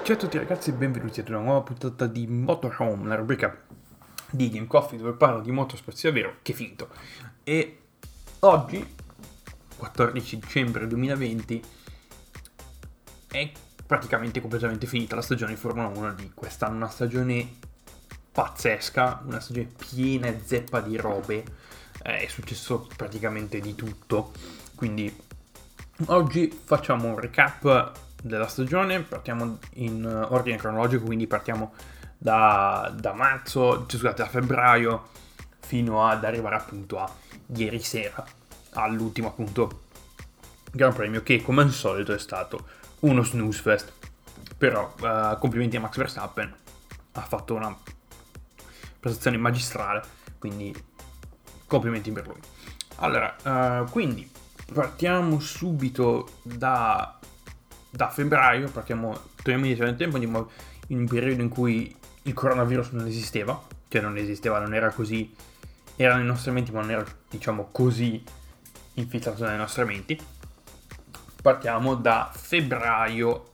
Ciao a tutti ragazzi e benvenuti ad una nuova puntata di Motorhome, la rubrica di Game Coffee dove parlo di motorsport sia vero che finto. E oggi, 14 dicembre 2020, è praticamente completamente finita la stagione di Formula 1 di quest'anno, una stagione pazzesca, una stagione piena e zeppa di robe, è successo praticamente di tutto, quindi oggi facciamo un recap della stagione, partiamo in ordine cronologico, quindi partiamo da febbraio fino ad arrivare appunto a ieri sera, all'ultimo appunto Gran Premio, che come al solito è stato uno snooze fest. Però complimenti a Max Verstappen, ha fatto una prestazione magistrale, quindi complimenti per lui. Allora, quindi partiamo subito da febbraio, torniamo indietro nel tempo, andiamo in un periodo in cui il coronavirus non esisteva, non era così, era nei nostri menti ma non era diciamo così infiltrato nelle nostre menti. Partiamo da febbraio-marzo,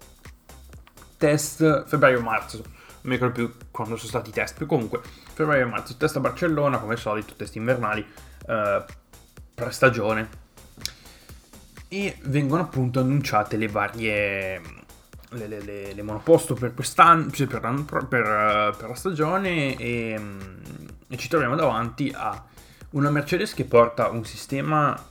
non mi ricordo più quando sono stati i test, comunque febbraio-marzo, test a Barcellona, come al solito, test invernali, pre-stagione, e vengono appunto annunciate le varie le monoposto per quest'anno, cioè per la stagione, e ci troviamo davanti a una Mercedes che porta un sistema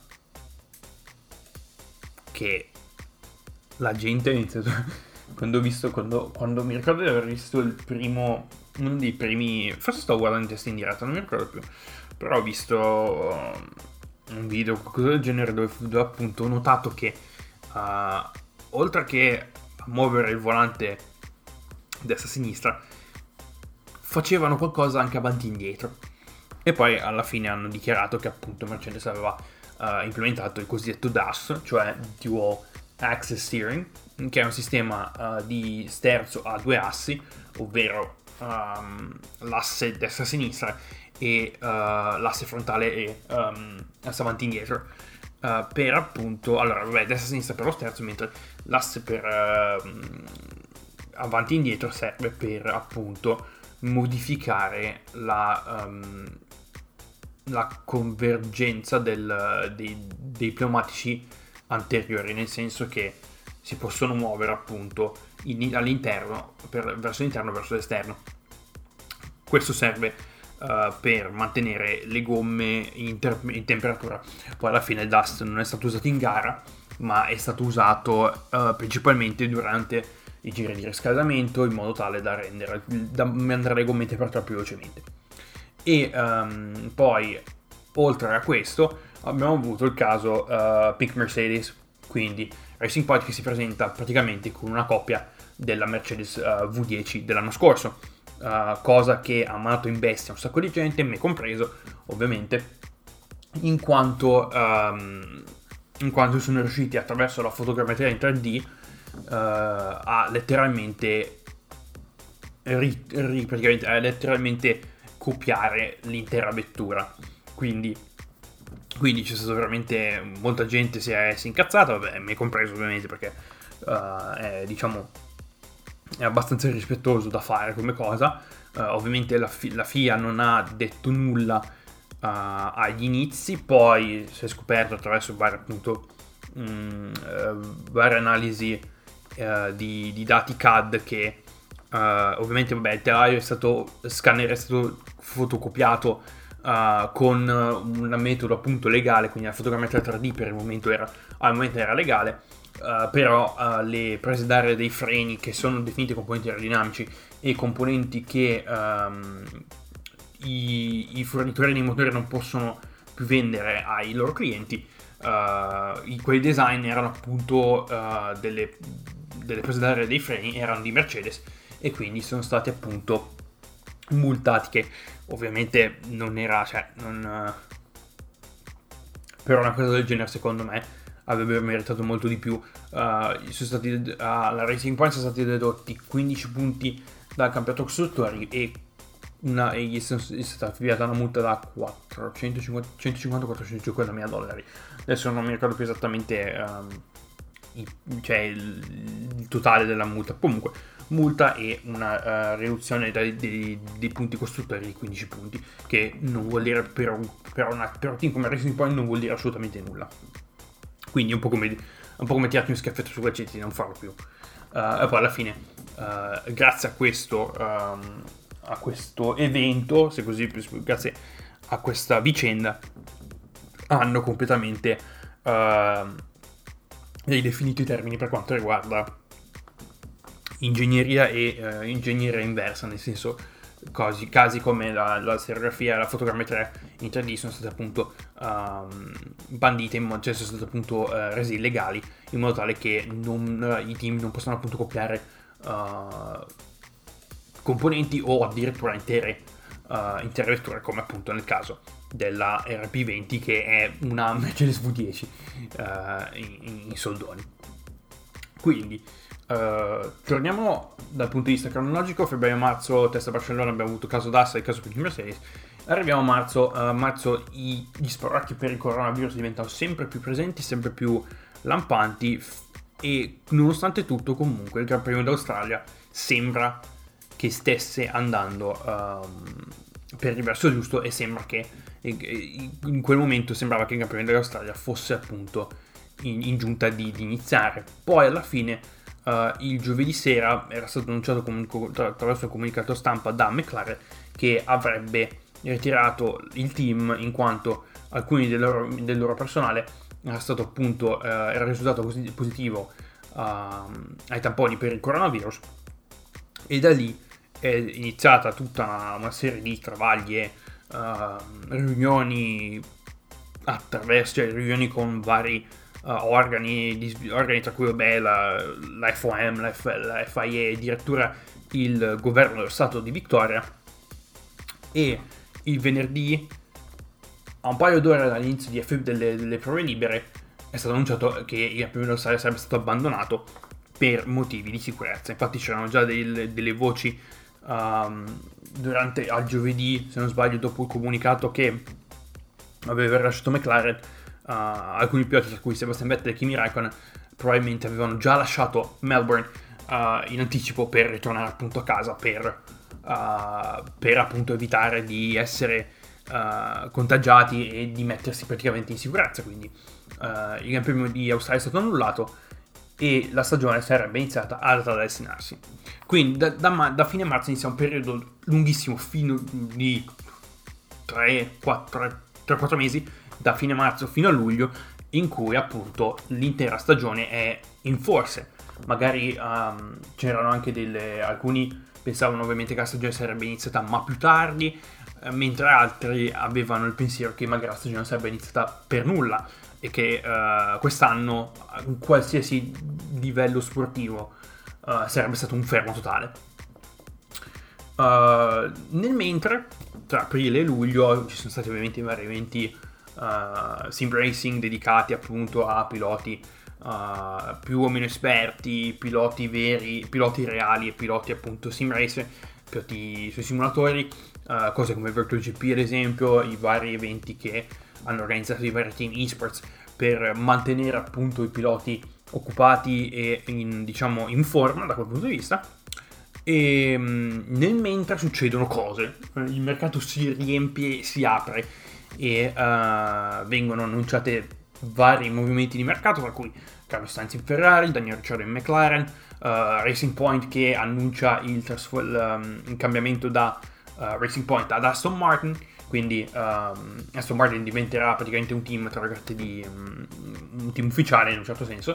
che la gente ha iniziato quando mi ricordo di aver visto uno dei primi, forse stavo guardando in test in diretta, non mi ricordo più, però ho visto un video, qualcosa del genere, dove appunto ho notato che oltre che a muovere il volante destra-sinistra, facevano qualcosa anche avanti e indietro. E poi alla fine hanno dichiarato che appunto Mercedes aveva implementato il cosiddetto DAS, cioè Dual Axis Steering, che è un sistema di sterzo a due assi, ovvero l'asse destra-sinistra e l'asse frontale e asse avanti e indietro, per appunto, allora destra-sinistra per lo sterzo, mentre l'asse per avanti e indietro serve per appunto modificare la convergenza dei pneumatici anteriori, nel senso che si possono muovere appunto all'interno, verso l'interno, verso l'esterno. Questo serve per mantenere le gomme in temperatura. Poi alla fine il dust non è stato usato in gara, ma è stato usato principalmente durante i giri di riscaldamento, in modo tale da mandare le gomme in temperatura più velocemente. E poi oltre a questo abbiamo avuto il caso Pick Mercedes, quindi Racing Point, che si presenta praticamente con una copia della Mercedes V10 dell'anno scorso, cosa che ha mandato in bestia un sacco di gente, me compreso ovviamente, in quanto sono riusciti attraverso la fotogrammetria in 3D a letteralmente copiare l'intera vettura. Quindi c'è stato veramente, molta gente si è incazzata, vabbè, me compreso ovviamente, perché è abbastanza irrispettoso da fare come cosa. Ovviamente la FIA non ha detto nulla agli inizi, poi si è scoperto attraverso varie analisi di dati CAD che ovviamente il telaio è stato fotocopiato con un metodo appunto legale, quindi la fotogrammetria 3D al momento era legale, però le prese d'aria dei freni, che sono definiti componenti aerodinamici e componenti che i fornitori dei motori non possono più vendere ai loro clienti, quei design erano appunto delle prese d'aria dei freni erano di Mercedes, e quindi sono stati appunto multati, che ovviamente non era, per una cosa del genere secondo me avrebbe meritato molto di più. La Racing Point sono stati dedotti 15 punti dal campionato costruttori e gli è stata affibbiata una multa da 150-450 mila dollari. Adesso non mi ricordo più esattamente cioè il totale della multa. Comunque, multa e una riduzione dei punti costruttori di 15 punti, che non vuol dire per un team come Racing Point non vuol dire assolutamente nulla. Quindi è un po' come tirarti un schiaffetto su quel non farlo più. E poi alla fine, grazie a questo evento, se così, grazie a questa vicenda, hanno completamente ridefinito i termini per quanto riguarda ingegneria e ingegneria inversa, nel senso casi come la serigrafia e la fotogrammetria in 3D sono state appunto bandite, cioè sono state appunto rese illegali, in modo tale che i team non possano appunto copiare componenti o addirittura intere vetture, come appunto nel caso della RP20, che è una Mercedes V10 in soldoni. Quindi torniamo dal punto di vista cronologico. Febbraio-marzo, testa Barcellona, abbiamo avuto caso d'asta e caso per Mercedes. Arriviamo a marzo, gli spauracchi per il coronavirus diventano sempre più presenti, sempre più lampanti, e nonostante tutto comunque il Gran Premio d'Australia sembra che stesse andando per il verso giusto, e sembra che in quel momento sembrava che il Gran Premio dell'Australia fosse appunto in giunta di iniziare. Poi alla fine il giovedì sera era stato annunciato attraverso un comunicato stampa da McLaren che avrebbe ritirato il team in quanto alcuni del loro personale era risultato positivo ai tamponi per il coronavirus, e da lì è iniziata tutta una serie di travagli e riunioni riunioni con vari organi tra cui la FOM, la FIA, addirittura il governo dello stato di Victoria. E il venerdì, a un paio d'ore dall'inizio delle prove libere, è stato annunciato che il Gran Premio d'Australia sarebbe stato abbandonato per motivi di sicurezza. Infatti c'erano già delle voci durante al giovedì, se non sbaglio, dopo il comunicato che aveva lasciato McLaren, alcuni piloti, tra cui Sebastian Vettel e Kimi Raikkonen, probabilmente avevano già lasciato Melbourne in anticipo per ritornare appunto a casa per appunto evitare di essere contagiati e di mettersi praticamente in sicurezza. Quindi il Gran Premio di Australia è stato annullato e la stagione sarebbe iniziata ad destinarsi. Quindi da fine marzo inizia un periodo lunghissimo, fino di 3-4 mesi, da fine marzo fino a luglio, in cui appunto l'intera stagione è in forse. Magari c'erano anche alcuni pensavano ovviamente che la stagione sarebbe iniziata ma più tardi, mentre altri avevano il pensiero che magari la stagione sarebbe iniziata per nulla e che quest'anno qualsiasi livello sportivo sarebbe stato un fermo totale. Nel mentre, tra aprile e luglio, ci sono stati ovviamente i vari eventi sim racing dedicati appunto a piloti più o meno esperti, piloti veri, piloti reali e piloti appunto sim racer, piloti sui simulatori, cose come Virtual GP ad esempio, i vari eventi che hanno organizzato i vari team esports per mantenere appunto i piloti occupati e in forma da quel punto di vista. E nel mentre succedono cose, il mercato si riempie, si apre e vengono annunciate vari movimenti di mercato, tra cui Carlos Sainz in Ferrari, Daniel Ricciardo in McLaren, Racing Point che annuncia il cambiamento da Racing Point ad Aston Martin. Quindi Aston Martin diventerà praticamente un team, tra virgolette, un team ufficiale in un certo senso,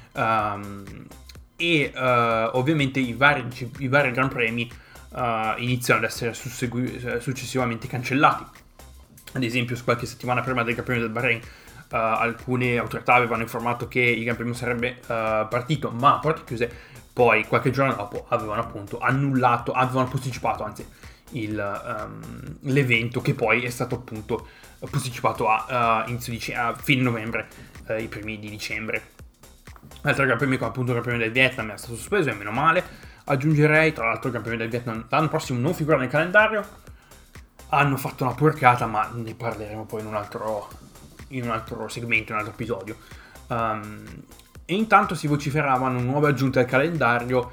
e ovviamente i vari Gran Premi iniziano ad essere successivamente cancellati. Ad esempio, qualche settimana prima del Gran Premio del Bahrain alcune autorità avevano informato che il Gran Premio sarebbe partito ma a porte chiuse. Poi qualche giorno dopo avevano appunto posticipato anzi l'evento, che poi è stato appunto posticipato a fine novembre, i primi di dicembre. L'altro Gran Premio, come appunto il Gran Premio del Vietnam, è stato sospeso, e meno male. Aggiungerei, tra l'altro, il Gran Premio del Vietnam l'anno prossimo non figura nel calendario. Hanno fatto una porcata, ma ne parleremo poi in un altro segmento, in un altro episodio. E intanto si vociferavano nuove aggiunte al calendario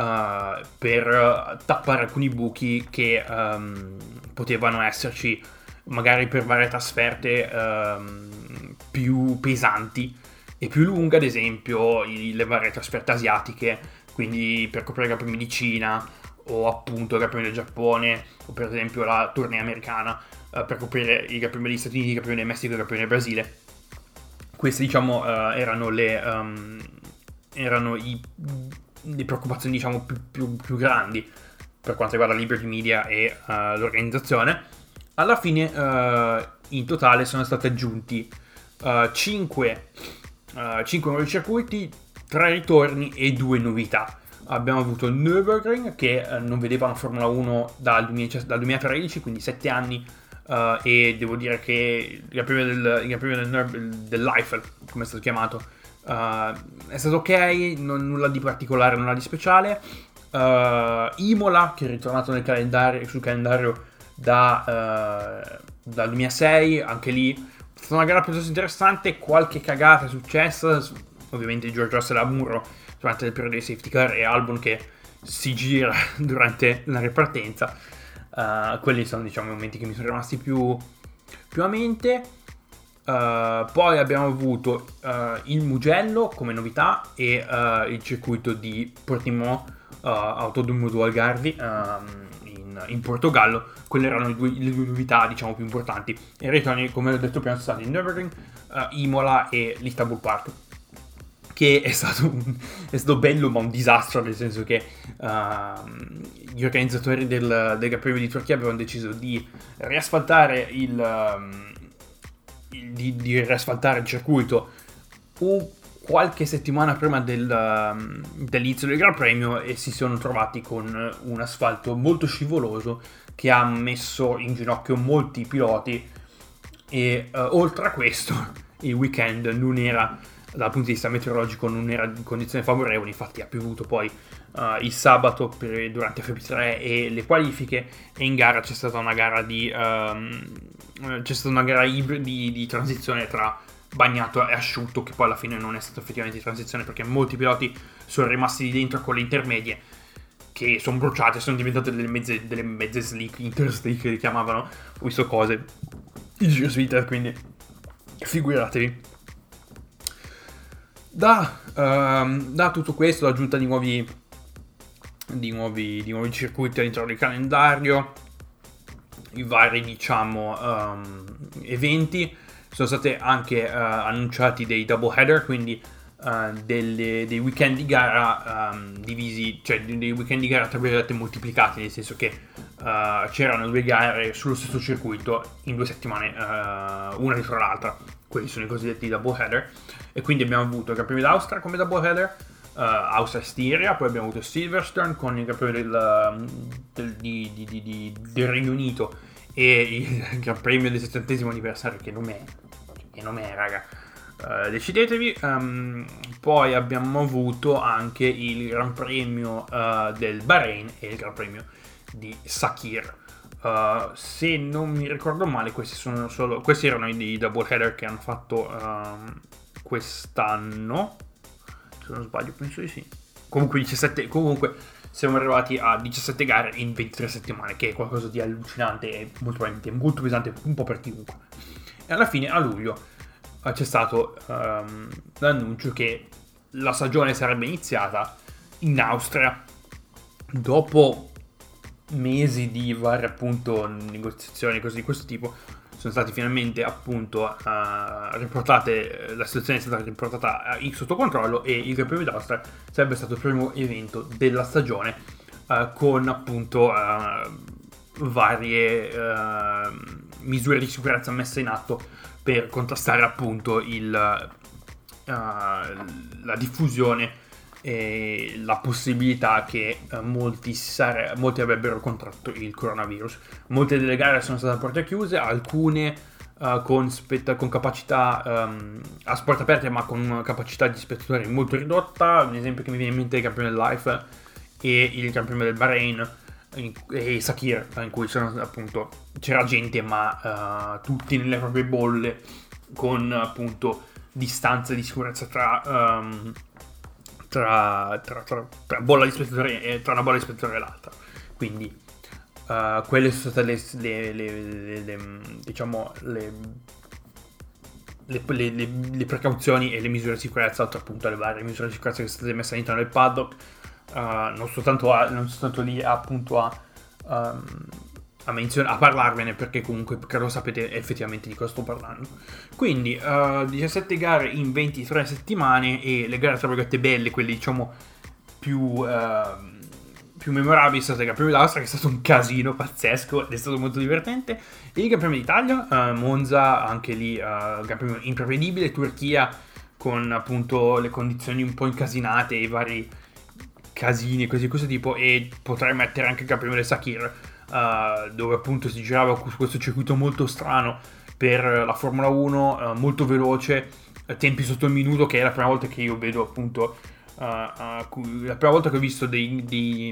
per tappare alcuni buchi che potevano esserci magari per varie trasferte più pesanti e più lunghe, ad esempio le varie trasferte asiatiche, quindi per coprire i Gran Premi di Cina o appunto i Gran Premi del Giappone, o per esempio la tournée americana per coprire i Gran Premi degli Stati Uniti, i Gran Premi del Messico e i Gran Premi del Brasile. Queste diciamo erano le preoccupazioni diciamo più grandi per quanto riguarda Liberty Media e l'organizzazione. Alla fine in totale sono stati aggiunti 5 nuovi circuiti, 3 ritorni e 2 novità. Abbiamo avuto il Nürburgring, che non vedeva una Formula 1 dal 2013, quindi 7 anni, e devo dire che il Gran Premio dell'Eifel, come è stato chiamato, è stato ok, nulla di particolare, nulla di speciale. Imola, che è ritornato sul calendario dal 2006, anche lì è stata una gara piuttosto interessante, qualche cagata è successa, ovviamente George Russell a muro durante il periodo dei safety car e Albon che si gira durante la ripartenza. Quelli sono diciamo i momenti che mi sono rimasti più a mente. Poi abbiamo avuto il Mugello come novità e il circuito di Portimão Autódromo do Algarve in Portogallo. Quelle erano le due novità diciamo più importanti. E i ritorni, come ho detto prima, sono stati Nürburgring, Imola e l'Istanbul Park, che è stato bello ma un disastro, nel senso che gli organizzatori del Gran Premio di Turchia avevano deciso di riasfaltare di riasfaltare il circuito qualche settimana prima dell'inizio del Gran Premio, e si sono trovati con un asfalto molto scivoloso che ha messo in ginocchio molti piloti. E oltre a questo il weekend non era, dal punto di vista meteorologico, non era in condizioni favorevoli, infatti ha piovuto poi il sabato durante FP3 e le qualifiche, e in gara c'è stata una gara di transizione tra bagnato e asciutto, che poi alla fine non è stata effettivamente di transizione perché molti piloti sono rimasti lì dentro con le intermedie che sono bruciate, sono diventate delle mezze slick, interslick che li chiamavano, ho visto cose in giro su Twitter, quindi figuratevi. Da tutto questo, l'aggiunta di nuovi circuiti all'interno del calendario, i vari diciamo eventi, sono stati anche annunciati dei double header, quindi dei weekend di gara divisi, cioè dei weekend di gara tra virgolette moltiplicati, nel senso che c'erano 2 gare sullo stesso circuito in 2 settimane, una dietro l'altra. Quelli sono i cosiddetti double header, e quindi abbiamo avuto il Gran Premio d'Austria come double header, Austria-Stiria, poi abbiamo avuto Silverstone con il Gran Premio del Regno Unito e il Gran Premio del 70° anniversario, che nome è raga, decidetevi. Poi abbiamo avuto anche il Gran Premio del Bahrain e il Gran Premio di Sakhir. Se non mi ricordo male, questi erano i double header che hanno fatto quest'anno, se non sbaglio penso di sì. Comunque siamo arrivati a 17 gare in 23 settimane, che è qualcosa di allucinante e molto probabilmente molto pesante un po' per chiunque. E alla fine, a luglio, c'è stato l'annuncio che la stagione sarebbe iniziata in Austria dopo mesi di varie appunto negoziazioni così di questo tipo. Sono stati finalmente appunto riportate, la situazione è stata riportata sotto controllo, e il Gran Premio d'Austria sarebbe stato il primo evento della stagione con appunto varie misure di sicurezza messe in atto per contrastare appunto la diffusione e la possibilità che molti avrebbero contratto il coronavirus. Molte delle gare sono state a porte chiuse, alcune con capacità a sport aperte, ma con capacità di spettatori molto ridotta. Un esempio che mi viene in mente è il Gran Premio dell'Eifel e il Gran Premio del Bahrain e Sakhir, in cui c'era gente ma tutti nelle proprie bolle, con appunto distanza di sicurezza tra bolla di spettore e tra una bolla di spettore e l'altra. Quindi quelle sono state le precauzioni e le misure di sicurezza, oltre appunto alle varie misure di sicurezza che sono state messe all'interno del paddock. Non soltanto lì appunto a parlarvene, perché comunque credo sapete effettivamente di cosa sto parlando. Quindi 17 gare in 23 settimane, e le gare tra virgolette belle, quelle diciamo più memorabili, sono state il Gran Premio d'Austria, che è stato un casino pazzesco ed è stato molto divertente, il Gran Premio d'Italia, Monza, anche lì Gran Premio imprevedibile, Turchia con appunto le condizioni un po' incasinate, i vari casini e così questo tipo, e potrei mettere anche il Gran Premio del Sakir, dove appunto si girava su questo circuito molto strano per la Formula 1, molto veloce, tempi sotto il minuto, che è la prima volta che io vedo appunto la prima volta che ho visto di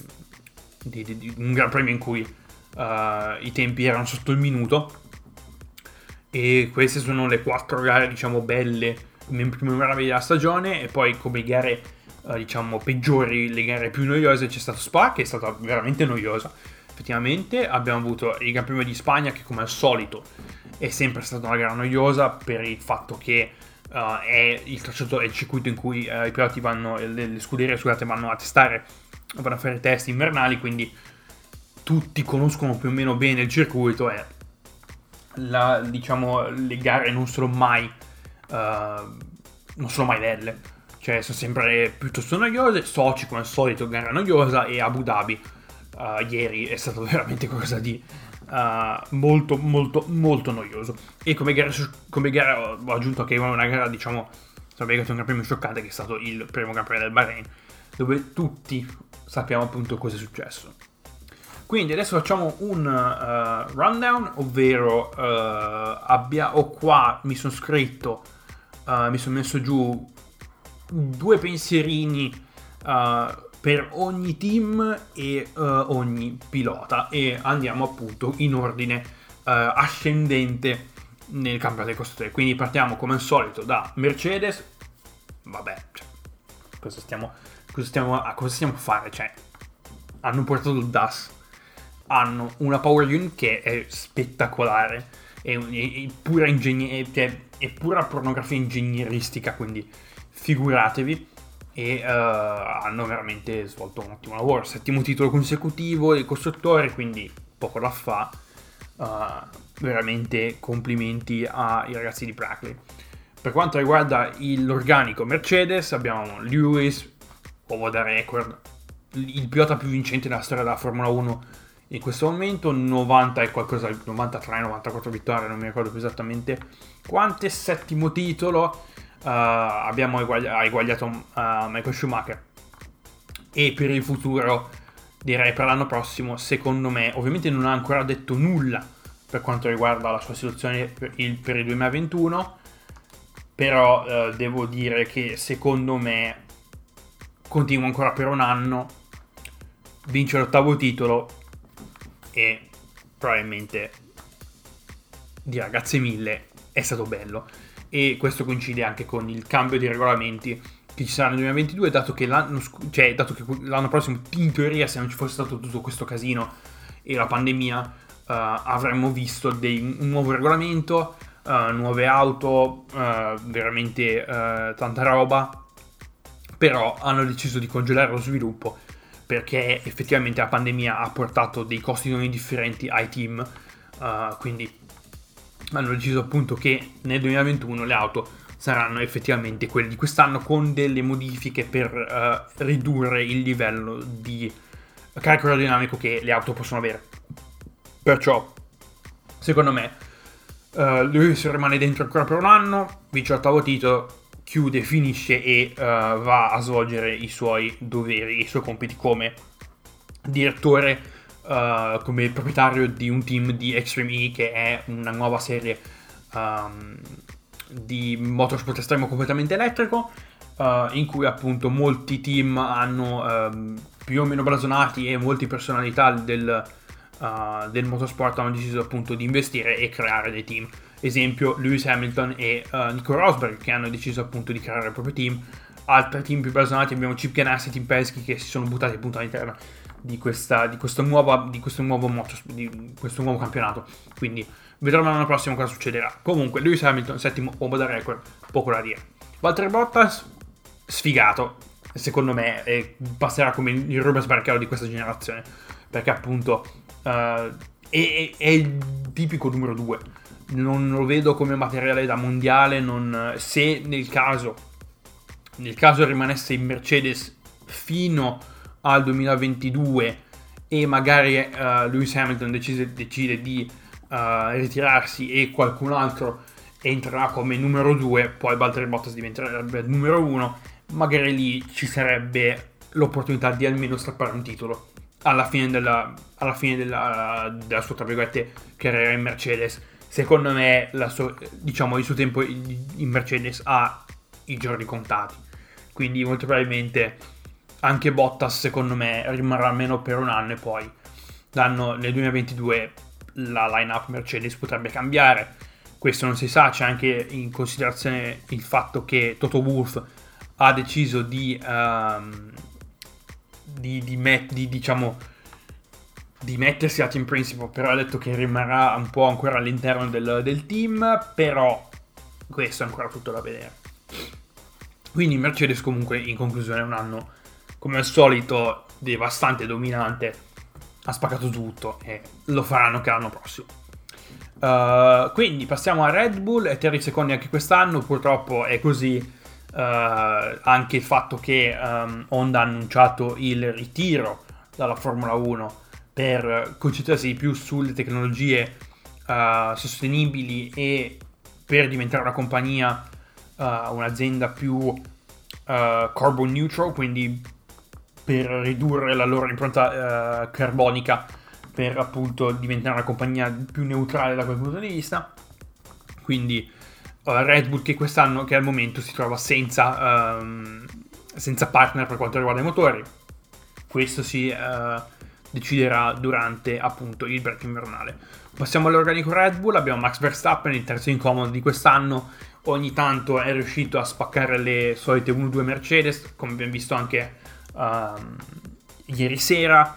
un Gran Premio in cui i tempi erano sotto il minuto. E queste sono le 4 gare diciamo belle, più memorabili della stagione. E poi come gare diciamo peggiori, le gare più noiose, c'è stato Spa, che è stata veramente noiosa. Effettivamente abbiamo avuto il Gran Premio di Spagna, che come al solito è sempre stata una gara noiosa, per il fatto che è il tracciato, è il circuito in cui i piloti vanno, le scuderie scusate, vanno a testare, vanno a fare test invernali, quindi tutti conoscono più o meno bene il circuito, e diciamo le gare non sono mai belle, cioè sono sempre piuttosto noiose. Sochi come al solito gara noiosa, e Abu Dhabi ieri è stato veramente qualcosa di molto molto molto noioso. E come gara ho aggiunto che una gara diciamo un Gran Premio scioccante, che è stato il primo Gran Premio del Bahrain, dove tutti sappiamo appunto cosa è successo. Quindi adesso facciamo un rundown, ovvero mi sono scritto, mi sono messo giù 2 pensierini per ogni team e ogni pilota, e andiamo appunto in ordine ascendente nel campionato dei costruttori. Quindi partiamo come al solito da Mercedes. Vabbè, cioè, cosa stiamo a fare? Cioè, hanno portato il DAS, hanno una power unit che è spettacolare, è pura pornografia ingegneristica, quindi figuratevi. E hanno veramente svolto un ottimo lavoro, 7° titolo consecutivo dei costruttori, quindi poco da fa. Veramente complimenti ai ragazzi di Brackley. Per quanto riguarda l'organico Mercedes, abbiamo Lewis, uomo da record, il pilota più vincente nella storia della Formula 1 in questo momento, 90 e qualcosa, 93, 94 vittorie, non mi ricordo più esattamente quante, 7° titolo. Abbiamo eguagliato Michael Schumacher, e per il futuro, direi per l'anno prossimo, secondo me, ovviamente non ha ancora detto nulla per quanto riguarda la sua situazione per il 2021, però devo dire che secondo me continua ancora per un anno, vince l'8° titolo e probabilmente dirà grazie mille, è stato bello. E questo coincide anche con il cambio di regolamenti che ci sarà nel 2022, dato che l'anno prossimo, in teoria, se non ci fosse stato tutto questo casino e la pandemia, avremmo visto un nuovo regolamento, nuove auto, veramente tanta roba. Però hanno deciso di congelare lo sviluppo, perché effettivamente la pandemia ha portato dei costi non indifferenti ai team, quindi hanno deciso appunto che nel 2021 le auto saranno effettivamente quelle di quest'anno, con delle modifiche per ridurre il livello di carico aerodinamico che le auto possono avere. Perciò, secondo me, lui si rimane dentro ancora per un anno, vince l'8° titolo, chiude, finisce e va a svolgere i suoi doveri, i suoi compiti come direttore, come proprietario di un team di Extreme E, che è una nuova serie di motorsport estremo completamente elettrico, in cui appunto molti team hanno più o meno blasonati, e molte personalità del motorsport hanno deciso appunto di investire e creare dei team. esempio Lewis Hamilton e Nico Rosberg, che hanno deciso appunto di creare il proprio team. Altri team più personati abbiamo Chip Ganassi e Tim Penske, che si sono buttati appunto all'interno di questo nuovo campionato. Quindi vedremo l'anno prossimo cosa succederà. Comunque Lewis Hamilton, settimo uomo da record, poco da dire. Valtteri Bottas, sfigato, secondo me, passerà come il Rubens Barrichello di questa generazione, perché appunto è il tipico numero 2. Non lo vedo come materiale da mondiale. Se nel caso rimanesse in Mercedes fino al 2022 e magari Lewis Hamilton decide di ritirarsi e qualcun altro entrerà come numero 2, poi Valtteri Bottas diventerebbe il numero 1, magari lì ci sarebbe l'opportunità di almeno strappare un titolo alla fine della sua, tra virgolette, carriera in Mercedes. Secondo me il suo tempo in Mercedes ha i giorni contati, quindi molto probabilmente anche Bottas, secondo me, rimarrà almeno per un anno, e poi nel 2022 la line-up Mercedes potrebbe cambiare. Questo non si sa. C'è anche in considerazione il fatto che Toto Wolff ha deciso di mettersi a team principal, però ha detto che rimarrà un po' ancora all'interno del team, però questo è ancora tutto da vedere. Quindi Mercedes comunque in conclusione è un anno come al solito devastante, dominante, ha spaccato tutto e lo faranno anche l'anno prossimo. Quindi passiamo a Red Bull, e terzi secondi anche quest'anno, purtroppo è così. Anche il fatto che Honda ha annunciato il ritiro dalla Formula 1 per concentrarsi di più sulle tecnologie sostenibili e per diventare una compagnia, un'azienda più carbon neutral, quindi per ridurre la loro impronta carbonica, per appunto diventare una compagnia più neutrale da quel punto di vista. Quindi Red Bull, che quest'anno, che al momento si trova senza partner per quanto riguarda i motori, questo si deciderà durante appunto il break invernale. Passiamo all'organico Red Bull. Abbiamo Max Verstappen, il terzo incomodo di quest'anno. Ogni tanto è riuscito a spaccare le solite 1-2 Mercedes, come abbiamo visto anche ieri sera.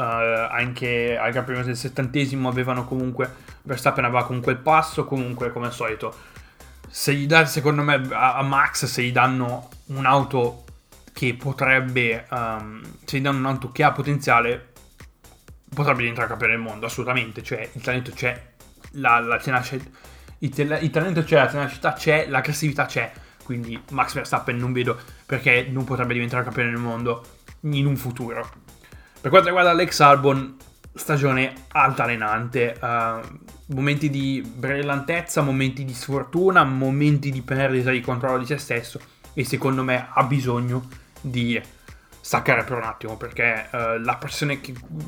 Anche al Gran Premio del 70° Verstappen aveva comunque il passo. Comunque, come al solito, secondo me a Max, se gli danno un'auto che potrebbe se gli danno un'auto che ha potenziale, potrebbe diventare campione del mondo, assolutamente. Cioè, il talento c'è, la talento c'è, la tenacità c'è, l'aggressività c'è. Quindi Max Verstappen non vedo perché non potrebbe diventare campione del mondo in un futuro. Per quanto riguarda Alex Albon, stagione altalenante, momenti di brillantezza, momenti di sfortuna, momenti di perdita di controllo di se stesso, e secondo me ha bisogno di staccare per un attimo, perché la pressione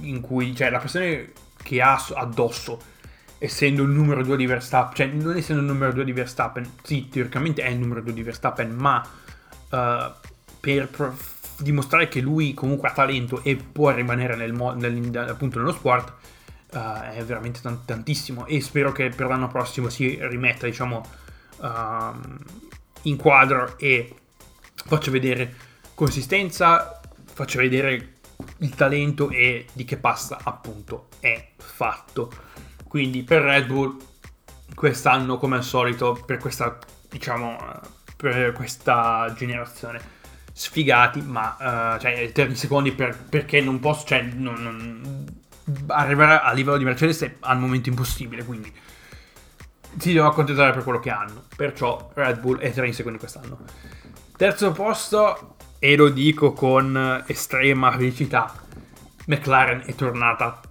che ha addosso, essendo il numero 2 di Verstappen, cioè non essendo il numero 2 di Verstappen, sì, teoricamente è il numero 2 di Verstappen, ma per dimostrare che lui comunque ha talento e può rimanere appunto nello sport, è veramente tantissimo, e spero che per l'anno prossimo si rimetta, diciamo, in quadro e faccia vedere consistenza, faccia vedere il talento e di che pasta appunto è fatto. Quindi per Red Bull quest'anno, come al solito, per questa generazione, sfigati, ma cioè terzi secondi perché non posso, cioè non arrivare a livello di Mercedes è al momento impossibile, quindi si devono accontentare per quello che hanno. Perciò Red Bull è 3 secondi quest'anno. Terzo posto, e lo dico con estrema felicità, McLaren è tornata.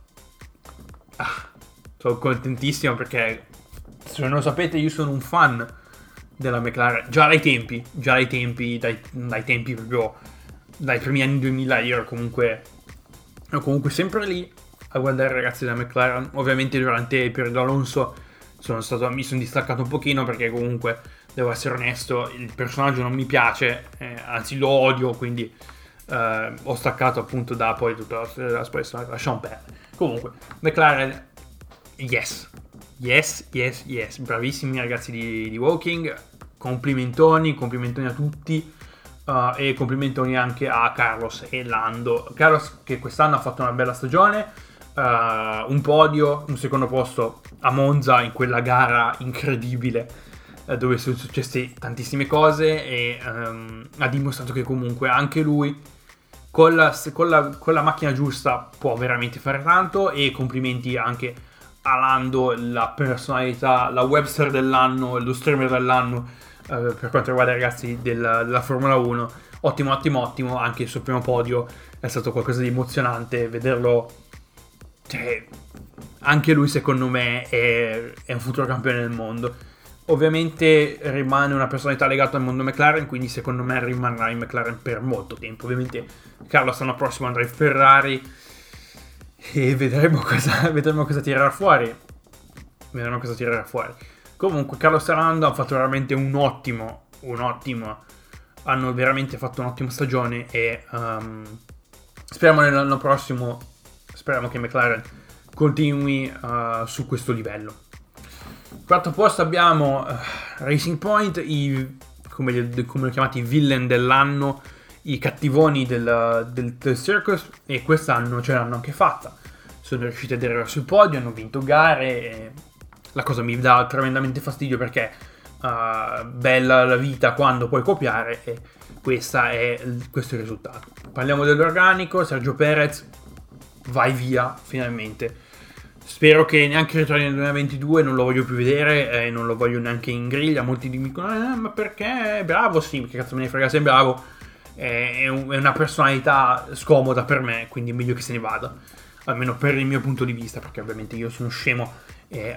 Sono contentissimo perché, se non lo sapete, io sono un fan della McLaren già dai tempi dai tempi proprio dai primi anni 2000. Io ero comunque sempre lì a guardare i ragazzi della McLaren. Ovviamente durante il periodo Alonso mi sono distaccato un pochino, perché comunque, devo essere onesto, il personaggio non mi piace, anzi lo odio, quindi ho staccato appunto da poi tutta la storia, lasciamo perdere. Comunque McLaren, yes, Yes, bravissimi ragazzi di Woking, complimentoni a tutti, e complimentoni anche a Carlos e Lando. Carlos che quest'anno ha fatto una bella stagione, un podio, un secondo posto a Monza in quella gara incredibile dove sono successe tantissime cose, e ha dimostrato che comunque anche lui con la macchina giusta può veramente fare tanto. E complimenti anche a Lando, la personalità, la webster dell'anno, lo streamer dell'anno per quanto riguarda i ragazzi della Formula 1. Ottimo, anche il suo primo podio è stato qualcosa di emozionante vederlo, cioè anche lui secondo me è un futuro campione del mondo. Ovviamente rimane una personalità legata al mondo McLaren, quindi secondo me rimarrà in McLaren per molto tempo. Ovviamente Carlos l'anno prossimo andrà in Ferrari e vedremo cosa tirerà fuori. Comunque Carlos e Lando hanno fatto veramente un ottimo, hanno veramente fatto un'ottima stagione, e speriamo nell'anno prossimo, speriamo che McLaren continui su questo livello. Quarto posto abbiamo Racing Point, come li ho chiamati, i villain dell'anno, i cattivoni del circus, e quest'anno ce l'hanno anche fatta. Sono riusciti ad arrivare sul podio, hanno vinto gare, e la cosa mi dà tremendamente fastidio perché bella la vita quando puoi copiare, e questo è il risultato. Parliamo dell'organico. Sergio Perez vai via finalmente. Spero che neanche ritorni nel 2022, non lo voglio più vedere, non lo voglio neanche in griglia. Molti mi dicono ma perché? È bravo, sì, che cazzo me ne frega se è bravo. È una personalità scomoda per me, quindi è meglio che se ne vada, almeno per il mio punto di vista, perché ovviamente io sono scemo e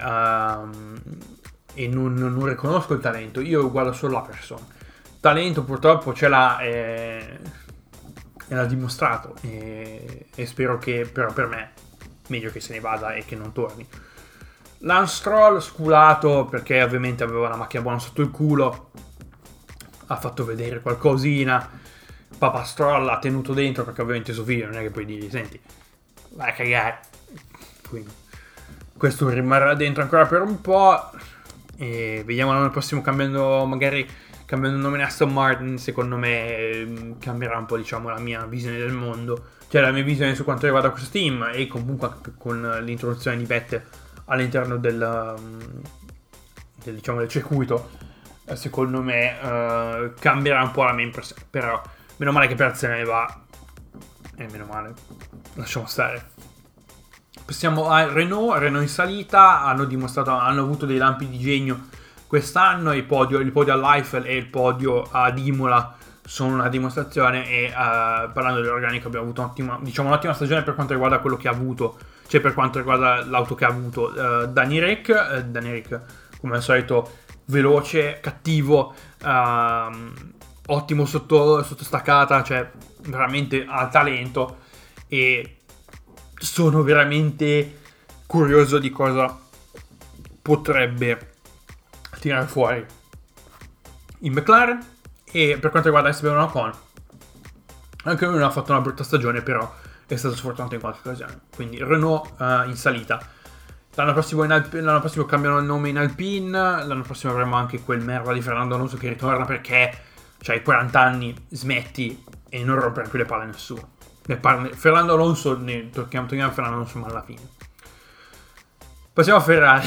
non riconosco il talento. Io guardo solo la persona. Talento purtroppo ce l'ha, e l'ha dimostrato, e spero che, però per me meglio che se ne vada e che non torni. Lance Stroll sculato perché ovviamente aveva la macchina buona sotto il culo, ha fatto vedere qualcosina. Papa Stroll ha tenuto dentro perché ovviamente suo figlio non è che puoi dirgli senti vai a cagare, quindi questo rimarrà dentro ancora per un po', e vediamo l'anno prossimo cambiando nome in Aston Martin. Secondo me cambierà un po', diciamo, la mia visione del mondo, cioè la mia visione su quanto riguarda questo team, e comunque con l'introduzione di Vettel all'interno del circuito, secondo me cambierà un po' la mia impressione. Però meno male che Perez se ne va, e meno male, lasciamo stare. Passiamo a Renault in salita. Hanno avuto dei lampi di genio quest'anno. Il podio all'Eifel e il podio ad Imola sono una dimostrazione, e parlando dell'organico abbiamo avuto un'ottima stagione per quanto riguarda quello che ha avuto, cioè per quanto riguarda l'auto che ha avuto Danny Rick, come al solito veloce, cattivo, ottimo sotto staccata, cioè veramente ha talento, e sono veramente curioso di cosa potrebbe tirare fuori in McLaren. E per quanto riguarda Esteban Ocon, anche lui non ha fatto una brutta stagione, però è stato sfortunato in qualche occasione. Quindi Renault in salita. L'anno prossimo cambiano il nome in Alpine. L'anno prossimo avremo anche quel merda di Fernando Alonso che ritorna perché c'hai 40 anni, smetti e non rompere più le palle a nessuno. Fernando Alonso, tocchiamo Fernando Alonso, ma alla fine. Passiamo a Ferrari.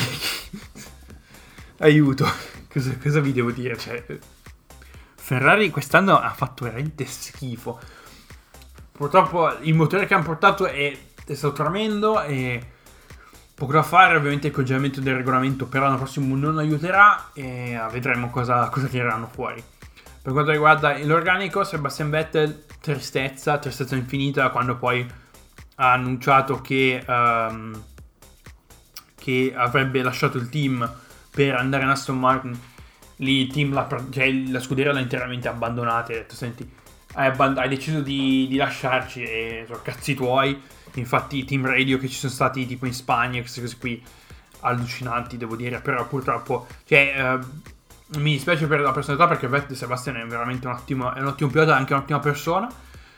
Aiuto, cosa vi devo dire? Cioè, Ferrari quest'anno ha fatto veramente schifo. Purtroppo il motore che hanno portato è stato tremendo, e poco da fare. Ovviamente il congelamento del regolamento per l'anno prossimo non aiuterà, e vedremo cosa tireranno fuori. Per quanto riguarda l'organico, Sebastian Vettel, tristezza infinita, quando poi ha annunciato che avrebbe lasciato il team per andare in Aston Martin. Lì il team, la scuderia l'ha interamente abbandonata, e ha detto senti, hai deciso di lasciarci, e sono cazzi tuoi. Infatti i team radio che ci sono stati tipo in Spagna, queste cose qui allucinanti, devo dire, però purtroppo mi dispiace per la personalità, perché Sebastian è veramente un ottimo pilota e anche un'ottima persona,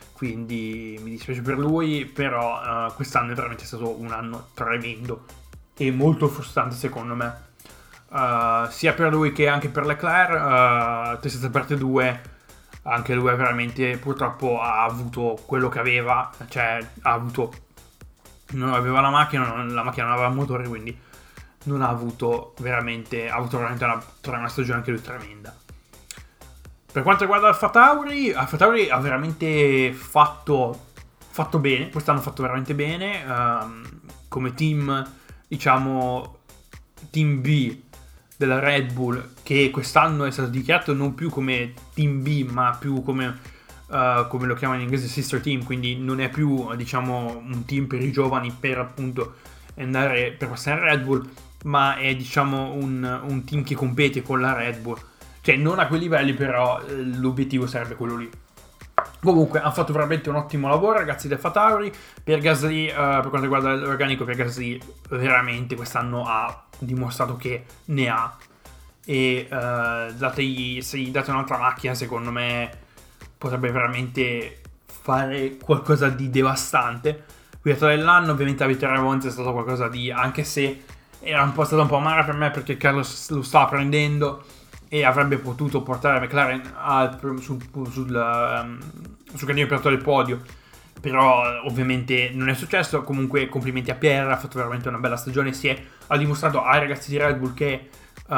quindi mi dispiace per lui, però quest'anno è veramente stato un anno tremendo, e molto frustrante secondo me. Sia per lui che anche per Leclerc. Testa aperte 2, anche lui veramente purtroppo ha avuto quello che aveva, cioè non aveva la macchina non aveva motore, quindi non ha avuto veramente una stagione anche lui tremenda. Per quanto riguarda AlphaTauri ha veramente fatto bene, quest'anno ha fatto veramente bene, come team, diciamo team B della Red Bull, che quest'anno è stato dichiarato non più come team B ma più come lo chiamano in inglese sister team, quindi non è più, diciamo, un team per i giovani per appunto andare per passare a Red Bull, ma è, diciamo, un team che compete con la Red Bull, cioè non a quei livelli, però l'obiettivo sarebbe quello lì. Comunque hanno fatto veramente un ottimo lavoro ragazzi del AlphaTauri. Per Gasly, per quanto riguarda l'organico, per Gasly veramente quest'anno ha dimostrato che ne ha, e se gli date un'altra macchina secondo me potrebbe veramente fare qualcosa di devastante. Pilota dell'anno, ovviamente la vittoria a Monza è stato qualcosa di, anche se era stata un po' amara per me perché Carlos lo stava prendendo e avrebbe potuto portare McLaren sul candidato pilota del podio, però ovviamente non è successo. Comunque complimenti a Pierre, ha fatto veramente una bella stagione, ha dimostrato ai ragazzi di Red Bull che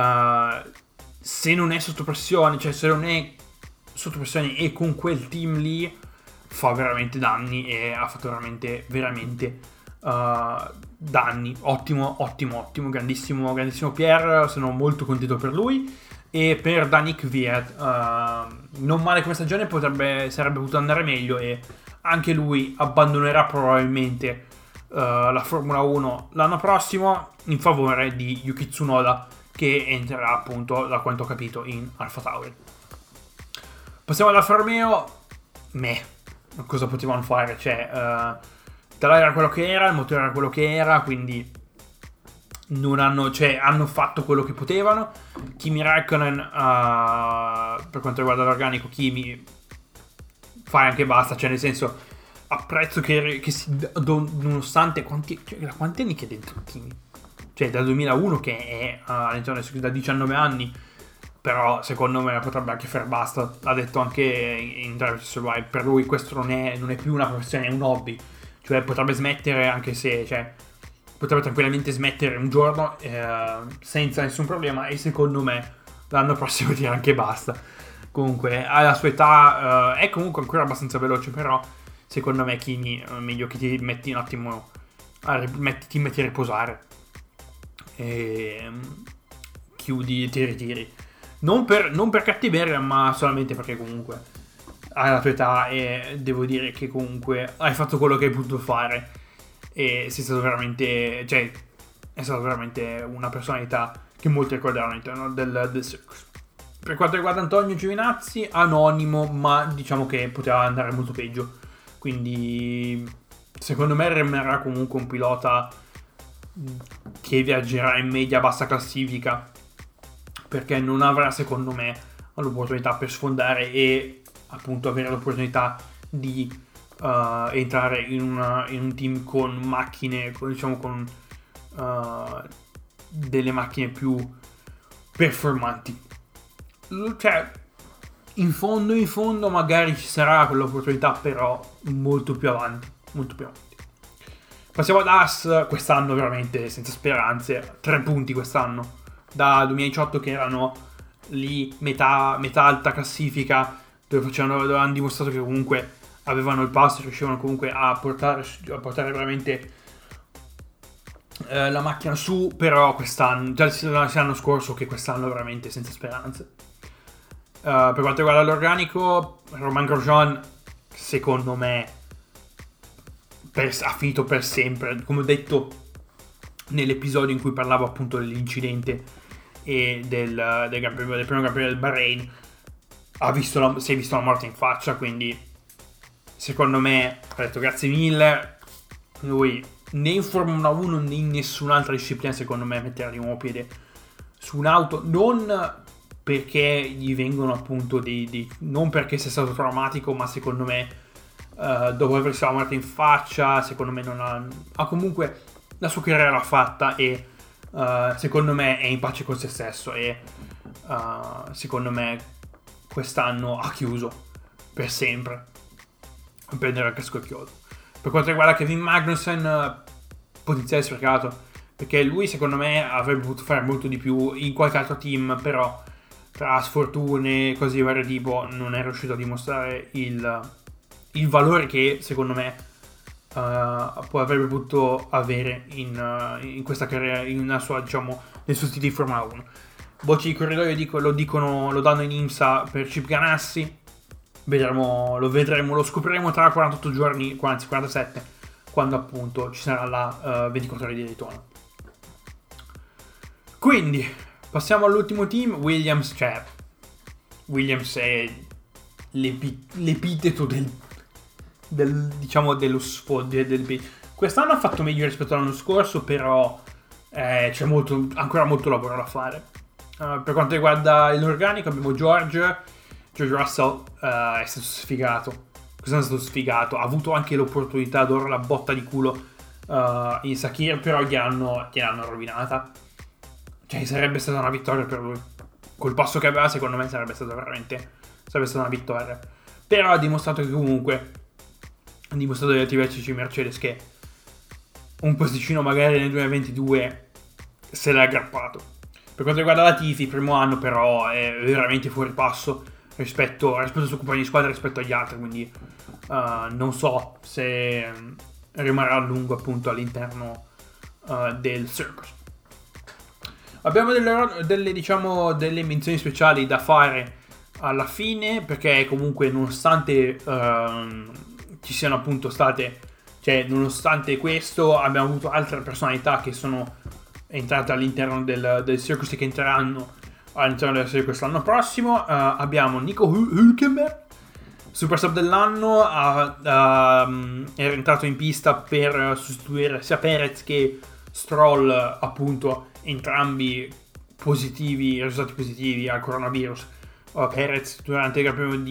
se non è sotto pressione, cioè se non è sotto pressione e con quel team lì fa veramente danni, e ha fatto veramente danni. Ottimo, grandissimo Pierre, sono molto contento per lui. E per Daniel Kvyat non male come stagione, sarebbe potuto andare meglio, e anche lui abbandonerà probabilmente la Formula 1 l'anno prossimo in favore di Yuki Tsunoda, che entrerà appunto, da quanto ho capito, in AlphaTauri. Passiamo all'Alfa Romeo. Cosa potevano fare? Cioè Talar era quello che era, il motore era quello che era, quindi hanno fatto quello che potevano. Kimi Räikkönen, per quanto riguarda l'organico, Kimi fai anche basta, cioè nel senso apprezzo che nonostante quanti anni che è dentro Kimi, cioè dal 2001 che è all'interno da 19 anni, però secondo me potrebbe anche fare basta. Ha detto anche in Drive to Survive, per lui questo non è più una professione, è un hobby, cioè potrebbe smettere, anche se, cioè potrebbe tranquillamente smettere un giorno senza nessun problema, e secondo me l'anno prossimo dirà anche basta. Comunque alla sua età è comunque ancora abbastanza veloce, però secondo me Kimi è meglio che ti metti un attimo ti metti a riposare e ti ritiri, non per cattiveria, ma solamente perché comunque hai la tua età e devo dire che comunque hai fatto quello che hai potuto fare, e sei stato veramente, cioè è stata veramente una personalità che molti ricorderanno all'interno del circus. Per quanto riguarda Antonio Giovinazzi, anonimo, ma diciamo che poteva andare molto peggio, quindi secondo me rimarrà comunque un pilota che viaggerà in media bassa classifica, perché non avrà secondo me l'opportunità per sfondare e appunto avere l'opportunità di entrare in un team con macchine, con delle macchine più performanti. Cioè in fondo magari ci sarà quell'opportunità, però molto più avanti. Passiamo ad Haas. Quest'anno veramente senza speranze, 3 punti quest'anno da 2018, che erano lì metà alta classifica, dove hanno dimostrato che comunque avevano il passo, riuscivano comunque a portare veramente la macchina su. Però quest'anno, già l'anno scorso, che quest'anno veramente senza speranze. Per quanto riguarda l'organico, Romain Grosjean secondo me ha finito per sempre, come ho detto nell'episodio in cui parlavo appunto dell'incidente e del primo Gran Premio del Bahrain. Si è visto la morte in faccia, quindi secondo me ha detto grazie mille. Lui né in Formula 1 né in nessun'altra disciplina secondo me metterà di nuovo piede su un'auto, non perché gli vengono appunto non perché sia stato traumatico, ma secondo me dopo aversi la morte in faccia, secondo me non ha comunque la sua carriera fatta, e secondo me è in pace con se stesso e secondo me quest'anno ha chiuso per sempre a prendere il casco e chiodo. Per quanto riguarda Kevin Magnussen, potenziale sprecato, perché lui secondo me avrebbe potuto fare molto di più in qualche altro team, però tra sfortune e cose di vario tipo non è riuscito a dimostrare il valore che secondo me avrebbe potuto avere in questa carriera, in una sua, diciamo, nel suo stile di Formula 1. Voci di corridoio lo danno in IMSA per Chip Ganassi. Lo scopriremo tra 48 giorni, anzi 47, quando appunto ci sarà la 24 ore di Daytona. Quindi passiamo all'ultimo team, Williams. Williams è l'epiteto dello sfondo. Quest'anno ha fatto meglio rispetto all'anno scorso, però c'è ancora molto lavoro da fare. Per quanto riguarda l'organico abbiamo George Russell, è stato sfigato. Quest'anno è stato sfigato. Ha avuto anche l'opportunità d'oro, la botta di culo in Sakir, però gliel'hanno rovinata. Cioè sarebbe stata una vittoria per lui. Col passo che aveva secondo me sarebbe stata una vittoria. Però ha dimostrato che comunque agli altri vertici Mercedes che un posticino magari nel 2022 se l'ha aggrappato. Per quanto riguarda la Latifi, il primo anno però è veramente fuori passo rispetto al suo compagno di squadra, rispetto agli altri, quindi non so se rimarrà a lungo appunto all'interno del circus. Abbiamo delle menzioni speciali da fare alla fine, perché comunque nonostante ci siano appunto state, cioè nonostante questo abbiamo avuto altre personalità che sono entrate all'interno del circus e che entreranno all'interno del circus l'anno prossimo. Abbiamo Nico Hülkenberg, super sub dell'anno, è entrato in pista per sostituire sia Perez che Stroll, appunto entrambi risultati positivi al coronavirus. Perez durante il Gran Premio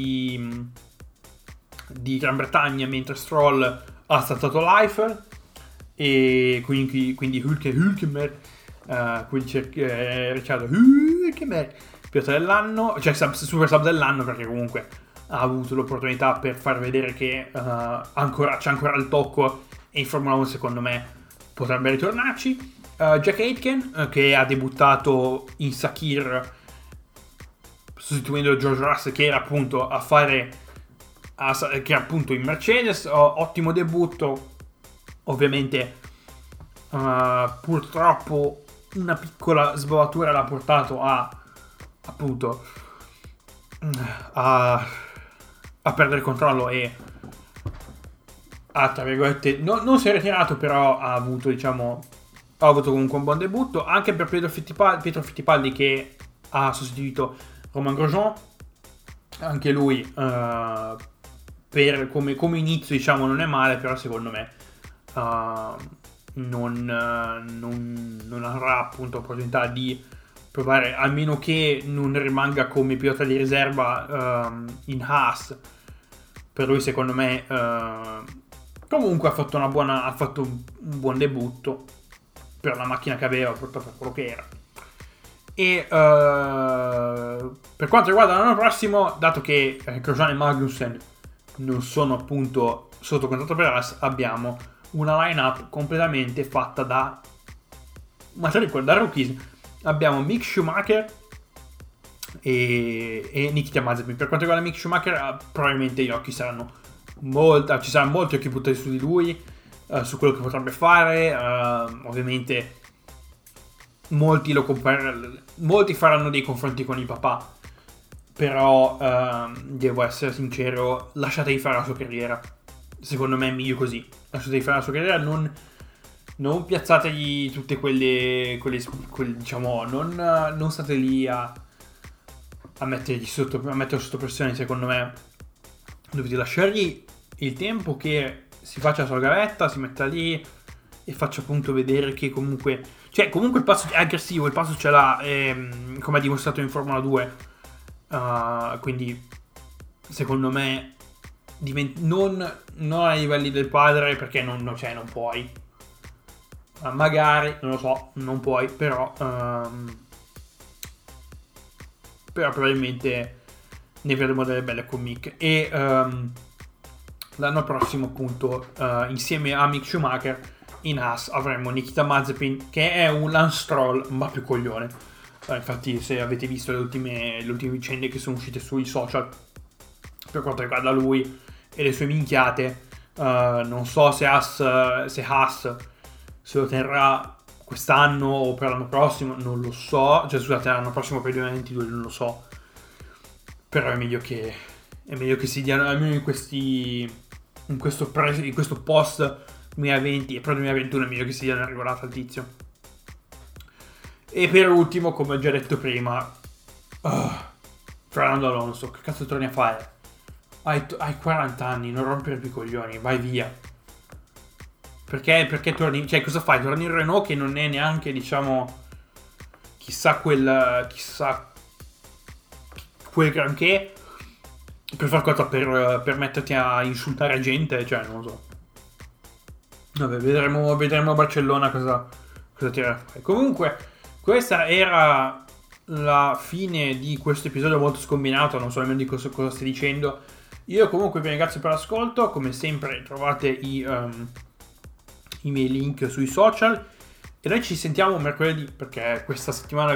di Gran Bretagna, mentre Stroll ha saltato l'Eiffel, e quindi Hülkenberg, Ricciardo Hülkenberg, pilota dell'anno, cioè super sub dell'anno, perché comunque ha avuto l'opportunità per far vedere che c'è ancora il tocco, e in Formula 1 secondo me potrebbe ritornarci. Jack Aitken, che ha debuttato in Sakir sostituendo George Russell, che era appunto che era appunto in Mercedes. Ottimo debutto. Ovviamente purtroppo una piccola sbavatura l'ha portato a perdere il controllo e tra virgolette non si è ritirato, però ha avuto comunque un buon debutto anche per Pietro Fittipaldi, che ha sostituito Romain Grosjean. Anche lui per come inizio non è male, però secondo me non avrà appunto opportunità di provare, almeno che non rimanga come pilota di riserva in Haas. Per lui secondo me comunque ha fatto un buon debutto per la macchina che aveva, purtroppo per quello che era. E per quanto riguarda l'anno prossimo, dato che Grosjean e Magnussen non sono appunto sotto contratto per Haas, abbiamo una line-up completamente fatta da rookies. Abbiamo Mick Schumacher e Nikita Mazepin. Per quanto riguarda Mick Schumacher, probabilmente gli occhi ci saranno molti occhi puntati su di lui, su quello che potrebbe fare. Ovviamente molti faranno dei confronti con il papà, però devo essere sincero, lasciategli fare la sua carriera. Secondo me è meglio così. Lasciategli fare la sua carriera, non piazzategli tutte quelle non state lì a metterlo sotto pressione. Secondo me dovete lasciargli il tempo che si faccia la sua gavetta, si metta lì e faccia appunto vedere che comunque il passo è aggressivo, il passo ce l'ha, come ha dimostrato in Formula 2. Quindi secondo me non ai livelli del padre, perché non puoi magari, non lo so, non puoi, però probabilmente ne vedremo delle belle comic. E l'anno prossimo, appunto, insieme a Mick Schumacher in Haas avremo Nikita Mazepin, che è un Lance Stroll ma più coglione. Infatti, se avete visto le ultime vicende che sono uscite sui social per quanto riguarda lui e le sue minchiate, non so se Haas se lo terrà quest'anno o per l'anno prossimo, non lo so. Cioè, scusate, l'anno prossimo per il 2022 non lo so. Però è meglio che si diano almeno in questo post 2020 e pro 2021 è meglio che si diano una regolata al tizio. E per ultimo, come ho già detto prima, Fernando Alonso, che cazzo torni a fare? Hai 40 anni, non rompere più i coglioni, vai via. Perché torni? Cioè, cosa fai? Torni in Renault, che non è neanche, diciamo, chissà quel granché, per far cosa? Per metterti a insultare gente? Cioè, non lo so. Vabbè, vedremo a Barcellona cosa tirare fuori. Comunque, questa era la fine di questo episodio molto scombinato, non so nemmeno di cosa stai dicendo. Io comunque vi ringrazio per l'ascolto, come sempre trovate i miei link sui social e noi ci sentiamo mercoledì, perché questa settimana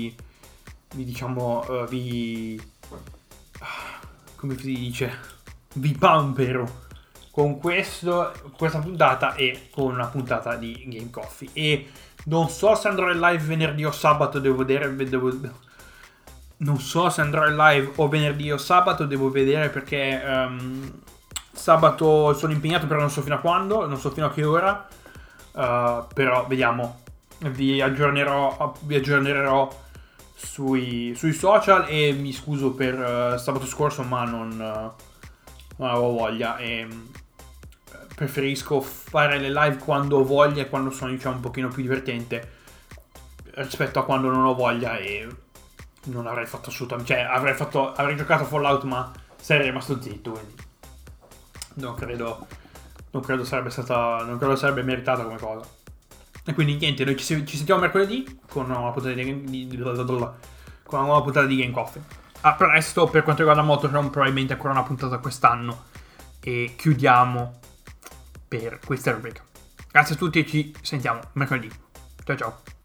come si dice, vi pampero con questa puntata e con una puntata di Game Coffee. E non so se andrò in live venerdì o sabato, non so se andrò in live o venerdì o sabato, devo vedere, perché sabato sono impegnato, però non so fino a quando, non so fino a che ora, però vediamo, vi aggiornerò sui social. E mi scuso per sabato scorso, ma non avevo voglia e preferisco fare le live quando ho voglia e quando sono, diciamo, un pochino più divertente rispetto a quando non ho voglia e non avrei fatto assolutamente, cioè avrei giocato Fallout ma sarei rimasto zitto, quindi non credo sarebbe meritata come cosa. E quindi niente, noi ci sentiamo mercoledì con una nuova puntata di Game Coffee. A presto. Per quanto riguarda Motorhome, probabilmente ancora una puntata quest'anno e chiudiamo per questa rubrica. Grazie a tutti e ci sentiamo mercoledì. Ciao ciao.